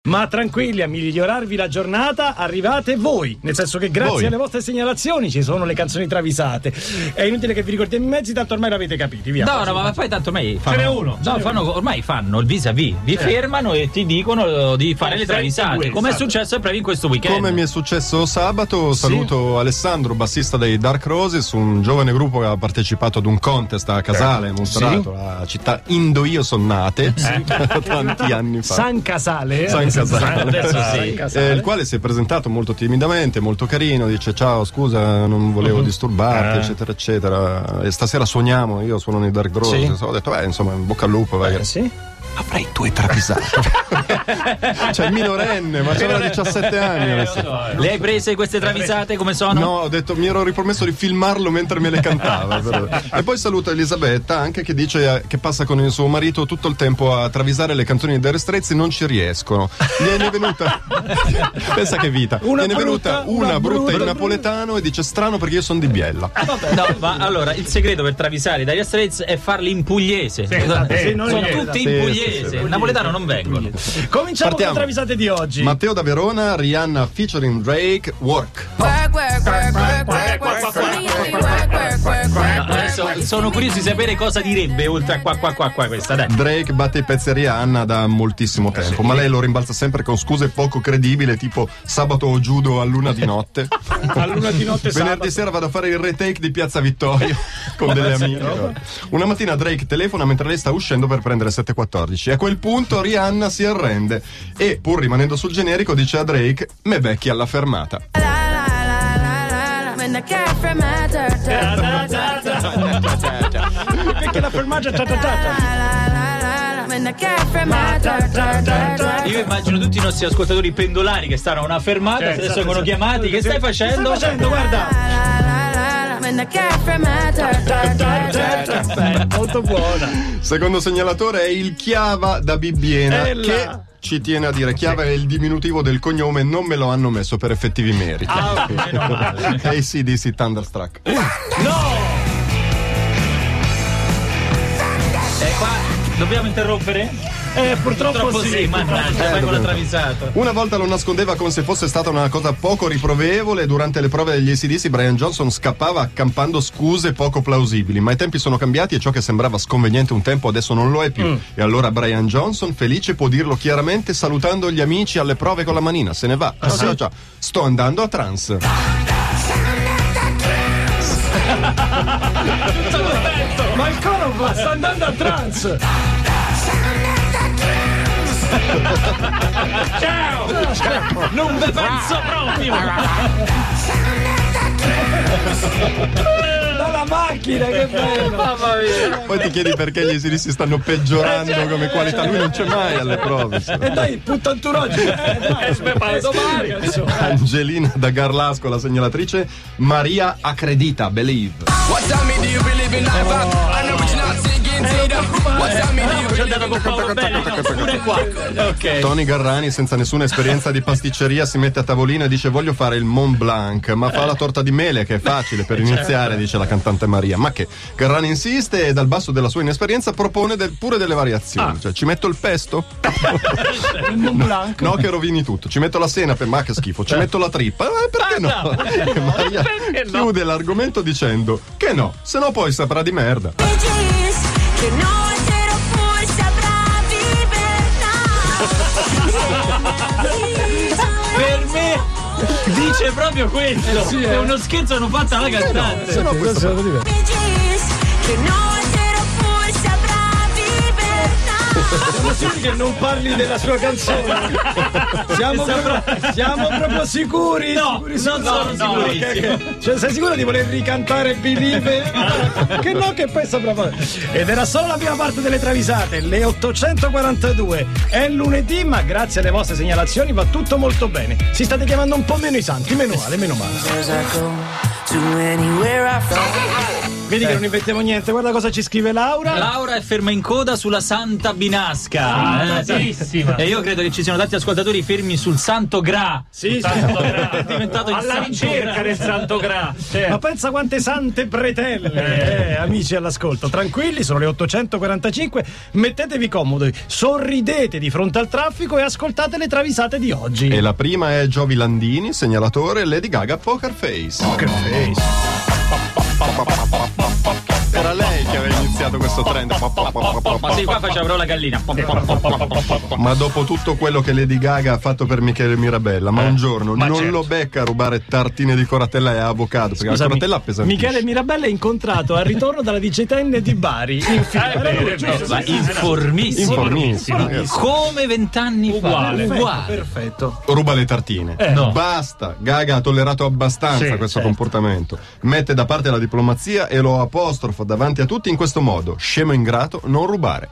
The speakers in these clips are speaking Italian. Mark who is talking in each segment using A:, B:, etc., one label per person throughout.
A: Ma tranquilli, a migliorarvi la giornata arrivate voi, nel senso che grazie alle vostre segnalazioni ci sono le canzoni travisate. È inutile che vi ricordiamo i mezzi, tanto ormai l'avete capiti, via.
B: No, ma poi tanto ormai
A: ce n'è uno.
B: Ormai fanno il vis-à-vis, vi fermano e ti dicono di fare le travisate, come è successo proprio in questo weekend.
C: Come mi è successo sabato, saluto Alessandro, bassista dei Dark Roses, un giovane gruppo che ha partecipato ad un contest a Casale, Monferrato, la città Indoio Sonnate, tanti anni fa.
A: San Casale.
C: Adesso il quale si è presentato molto timidamente, molto carino, dice ciao, scusa, non volevo disturbarti, eccetera eccetera, e stasera suoniamo, io suono nei Dark Roses. Ho detto insomma, in bocca al lupo, vai. Avrei due travisate. Cioè minorenne, ma c'aveva 17 anni adesso.
B: Le hai prese queste travisate come sono?
C: No, ho detto, mi ero ripromesso di filmarlo mentre me le cantava. E poi saluto Elisabetta anche, che dice che passa con il suo marito tutto il tempo a travisare le canzoni di Dire Straits e non ci riescono. Gliene è venuta pensa che vita, gliene è venuta una brutta in napoletano e dice strano perché io sono di Biella.
B: No, ma allora il segreto per travisare i Dire Straits è farli in pugliese. Sono tutti in pugliese. Il napoletano non vengono.
A: Cominciamo con le travisate di oggi.
C: Matteo da Verona, Rihanna featuring Drake, Work.
B: Adesso sono curioso di sapere cosa direbbe oltre a qua questa, dai.
C: Drake batte i pezzi a Rihanna da moltissimo tempo, ma lei lo rimbalza sempre con scuse poco credibili, tipo sabato o judo a luna di notte.
A: A luna di notte
C: venerdì sera vado a fare il retake di Piazza Vittorio con delle amiche. Una mattina Drake telefona mentre lei sta uscendo per prendere 714 e a quel punto Rihanna si arrende e, pur rimanendo sul generico, dice a Drake: me becchi alla fermata.
A: Perché la fermata
B: Io immagino tutti i nostri ascoltatori pendolari che stanno a una fermata, adesso vengono chiamati. Che stai facendo?
A: Guarda. Molto buona.
C: Secondo segnalatore è il Chiava da Bibbiena, che ci tiene a dire Chiava è il diminutivo del cognome, non me lo hanno messo per effettivi meriti. AC/DC Thunderstruck.
A: No!
B: Qua dobbiamo interrompere?
A: Purtroppo sì,
B: mannaggia, vai con la travisata.
C: Una volta lo nascondeva come se fosse stata una cosa poco riprovevole. Durante le prove degli AC/DC Brian Johnson scappava accampando scuse poco plausibili, ma i tempi sono cambiati e ciò che sembrava sconveniente un tempo adesso non lo è più. E allora Brian Johnson, felice, può dirlo chiaramente salutando gli amici alle prove con la manina. Se ne va. Già, sto andando a trance.
A: Ma il coro va, sta andando a trance.
B: Ciao! Non ve penso proprio!
A: Dalla macchina, che bello!
B: Mamma mia!
C: Poi ti chiedi perché gli AC/DC stanno peggiorando come qualità. Lui non c'è mai alle prove.
A: E dai, punto entourage. Domani.
C: Angelina da Garlasco, la segnalatrice. Maria accredita, Believe.
D: What time do you believe in life? I know what you're not singing, Zeta. What time do you believe in life?
B: Ok.
C: Tony Garrani, senza nessuna esperienza di pasticceria, si mette a tavolino e dice voglio fare il Mont Blanc, ma fa la torta di mele che è facile per iniziare, dice la cantante Maria. Ma che? Garrani insiste e dal basso della sua inesperienza propone pure delle variazioni. Cioè, ci metto il pesto?
A: Il Mont Blanc?
C: No, che rovini tutto. Ci metto la senape, ma che schifo. Ci metto la trippa, perché no? E Maria chiude l'argomento dicendo che no, se no poi saprà di merda.
B: Per me dice proprio questo. È uno scherzo non fatto alla cantante.
C: Se no questo
A: Siamo sicuri che non parli della sua canzone? Siamo proprio sicuri?
B: No, non sono sicurissimo.
A: Cioè, sei sicuro di voler ricantare Believe? Che no, che poi sembra. Ed era solo la prima parte delle travisate, le 842. È lunedì, ma grazie alle vostre segnalazioni va tutto molto bene. Si state chiamando un po' meno i santi, meno male, meno male. Vedi che non inventiamo niente. Guarda cosa ci scrive Laura.
B: Laura è ferma in coda sulla Santa Binasca.
E: Bellissima.
B: E io credo che ci siano tanti ascoltatori fermi sul Santo Gra.
A: Sì,
E: Santo Gra.
B: È diventato il
E: alla
B: Santo
E: ricerca
B: Gra.
E: del Santo Gra.
A: Ma pensa quante sante bretelle, amici all'ascolto. Tranquilli, sono le 8:45. Mettetevi comodi, sorridete di fronte al traffico e ascoltate le travisate di oggi.
C: E la prima è Giovi Landini, segnalatore, Lady Gaga, Poker Face.
A: Poker Face.
C: Era lei che aveva iniziato questo trend.
B: Ma sì, qua faceva però la gallina.
C: Ma dopo tutto quello che Lady Gaga ha fatto per Michele Mirabella, ma un giorno non
E: certo.
C: lo becca a rubare tartine di coratella e avocado, perché la coratella pesa.
A: Michele Mirabella è incontrato al ritorno dalla DJ10 di Bari.
B: Ma informissimo. Come 20 anni fa. Uguale.
A: Perfetto.
C: Ruba le tartine.
B: No.
C: Basta. Gaga ha tollerato abbastanza
E: Sì,
C: questo comportamento. Mette da parte la diplomazia e lo apostrofo davanti a tutti in questo modo: scemo ingrato, non rubare.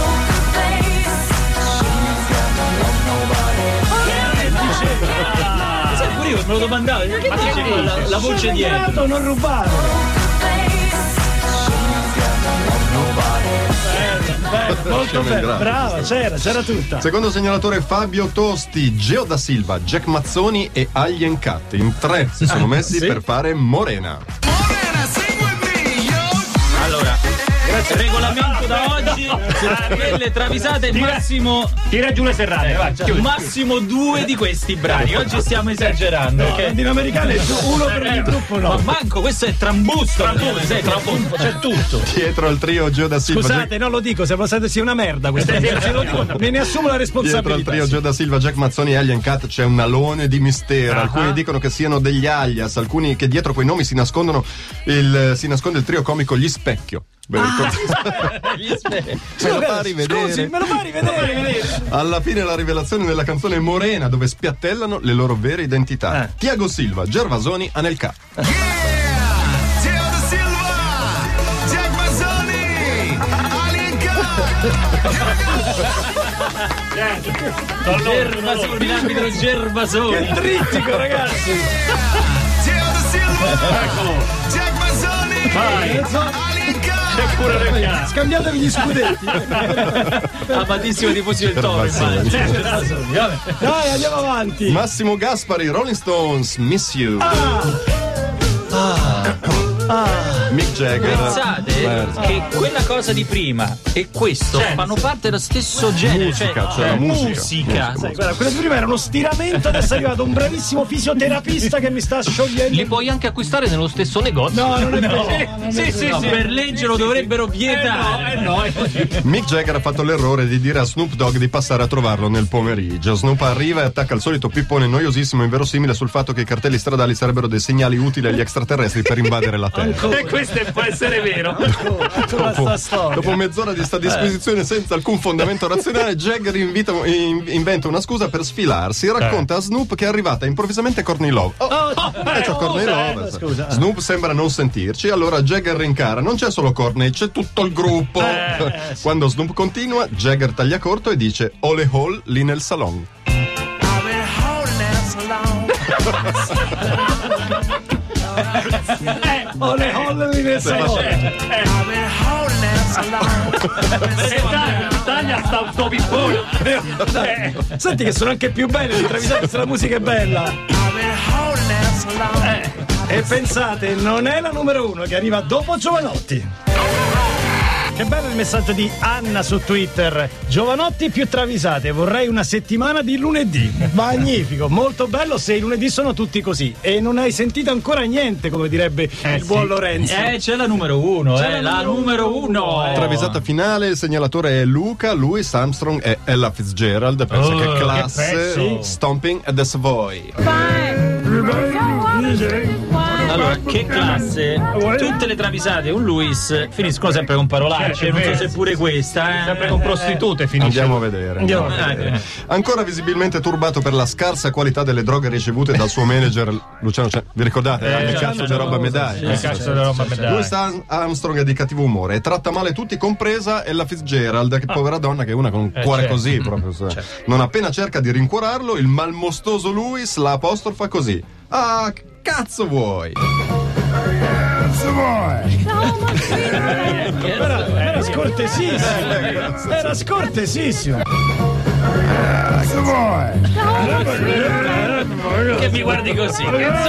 B: Sai, pure io me lo domandavo. Che dice la voce dietro?
A: Non rubare. Molto
C: Scemo
A: bene,
C: ingrato.
A: brava, c'era tutta.
C: Secondo segnalatore Fabio Tosti, Geo da Silva, Jack Mazzoni e Alien Cat. In 3 si sono messi
A: sì?
C: per fare Morena.
B: Allora, regolamento da oggi, quelle travisate massimo
E: Tira giù le serrate, vai.
B: massimo 2 di questi brani. Oggi stiamo esagerando.
A: No, in americano è uno per ogni gruppo, no.
B: Ma manco, questo è trambusto. C'è tutto.
C: Dietro al trio Geo da Silva.
A: Scusate, non lo dico, sembra sia una merda questa. Se lo dico, me ne assumo la
C: Dietro al
A: responsabilità.
C: trio Geo da Silva, Jack Mazzoni e Alien Cat c'è un alone di mistero. Alcuni dicono che siano degli alias, alcuni che dietro quei nomi si nasconde il trio comico Gli Specchio. Me lo fa rivedere.
A: Scusi, me lo fa rivedere.
C: Alla fine la rivelazione nella canzone Morena, dove spiattellano le loro vere identità. Tiago Silva, Gervasoni, Anelka.
B: Gervasoni, l'arbitro Gervasoni.
A: Che trittico, ragazzi.
E: C'è pure le chiappe.
A: Scambiatevi gli scudetti.
B: Amatissimo tifosi del Toro.
C: Gervasoni.
A: Dai, andiamo avanti.
C: Massimo Gaspari, Rolling Stones, Miss You. Mick Jagger.
B: Pensate che quella cosa di prima e questo fanno parte dello stesso genere.
C: Musica, cioè la musica.
A: Guarda, quello di prima era uno stiramento, adesso è arrivato un bravissimo fisioterapista che mi sta sciogliendo.
E: Li puoi anche acquistare nello stesso negozio.
A: No, non è vero.
B: Sì, per legge lo dovrebbero vietare.
C: Mick Jagger ha fatto l'errore di dire a Snoop Dogg di passare a trovarlo nel pomeriggio. Snoop arriva e attacca il solito pippone noiosissimo e inverosimile sul fatto che i cartelli stradali sarebbero dei segnali utili agli extraterrestri per invadere la Terra.
E: E questo può essere vero.
C: Dopo mezz'ora di sta disquisizione senza alcun fondamento razionale, Jagger inventa una scusa per sfilarsi e racconta a Snoop che è arrivata improvvisamente Courtney Love. C'è Courtney Love.
A: scusa.
C: Snoop sembra non sentirci, allora Jagger rincara: non c'è solo Courtney, c'è tutto il gruppo. Quando Snoop continua, Jagger taglia corto e dice: Ole Hall lì nel salon.
A: Ole nel salone.
E: Taglia sta un topippone.
A: Senti che sono anche più belle le travisate se la musica è bella. E pensate, non è la numero 1 che arriva dopo Giovanotti. Che bello il messaggio di Anna su Twitter. Giovanotti più travisate, vorrei una settimana di lunedì. Magnifico, molto bello se i lunedì sono tutti così. E non hai sentito ancora niente, come direbbe il buon Lorenzo.
B: C'è la numero 1, la numero 1.
C: Travisata finale, il segnalatore è Luca, Louis Armstrong e Ella Fitzgerald. Pensa che classe. Stomping at the Savoy.
B: Allora, che classe. Tutte le travisate un Louis finiscono sempre con parolacce. Non so se pure questa.
E: Sempre con prostitute finisce.
C: Andiamo a vedere. Ancora visibilmente turbato per la scarsa qualità delle droghe ricevute dal suo manager Luciano. Vi ricordate? Che cazzo di roba medaglia. Louis Armstrong è di cattivo umore e tratta male tutti, compresa Ella Fitzgerald, che povera donna, che è una con un cuore così proprio. Non appena cerca di rincuorarlo, il malmostoso Louis la apostrofa così: ah, cazzo vuoi?
A: Era scortesissimo. Era scortesissimo.
B: Che mi guardi così?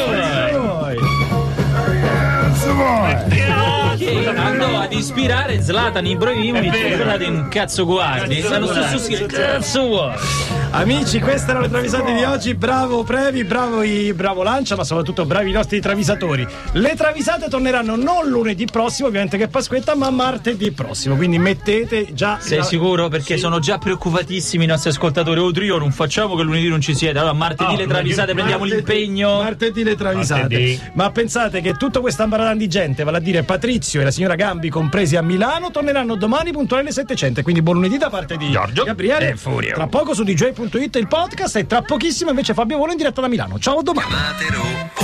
B: Che andò ad ispirare Zlatan Ibrahimovic. Guardate un cazzo guardi. Stanno su cazzo vuoi?
A: Amici, queste erano le travisate di oggi. Bravo Previ, bravo Lancia, ma soprattutto bravi i nostri travisatori. Le travisate torneranno non lunedì prossimo, ovviamente che è Pasquetta, ma martedì prossimo. Quindi mettete già.
B: Sei sicuro? Perché sono già preoccupatissimi i nostri ascoltatori. Oh Trio, non facciamo che lunedì non ci siete. Allora martedì le travisate, prendiamo l'impegno.
A: Martedì le travisate. Martedì. Ma pensate che tutta questa ambaradan di gente, vale a dire Patrizio e la signora Gambi compresi a Milano, torneranno domani puntuali alle 700. Quindi buon lunedì da parte di
E: Giorgio
A: Gabriele
E: e Furio.
A: Tra poco su DJ.it il podcast, e tra pochissimo invece Fabio Volo in diretta da Milano. Ciao, domani.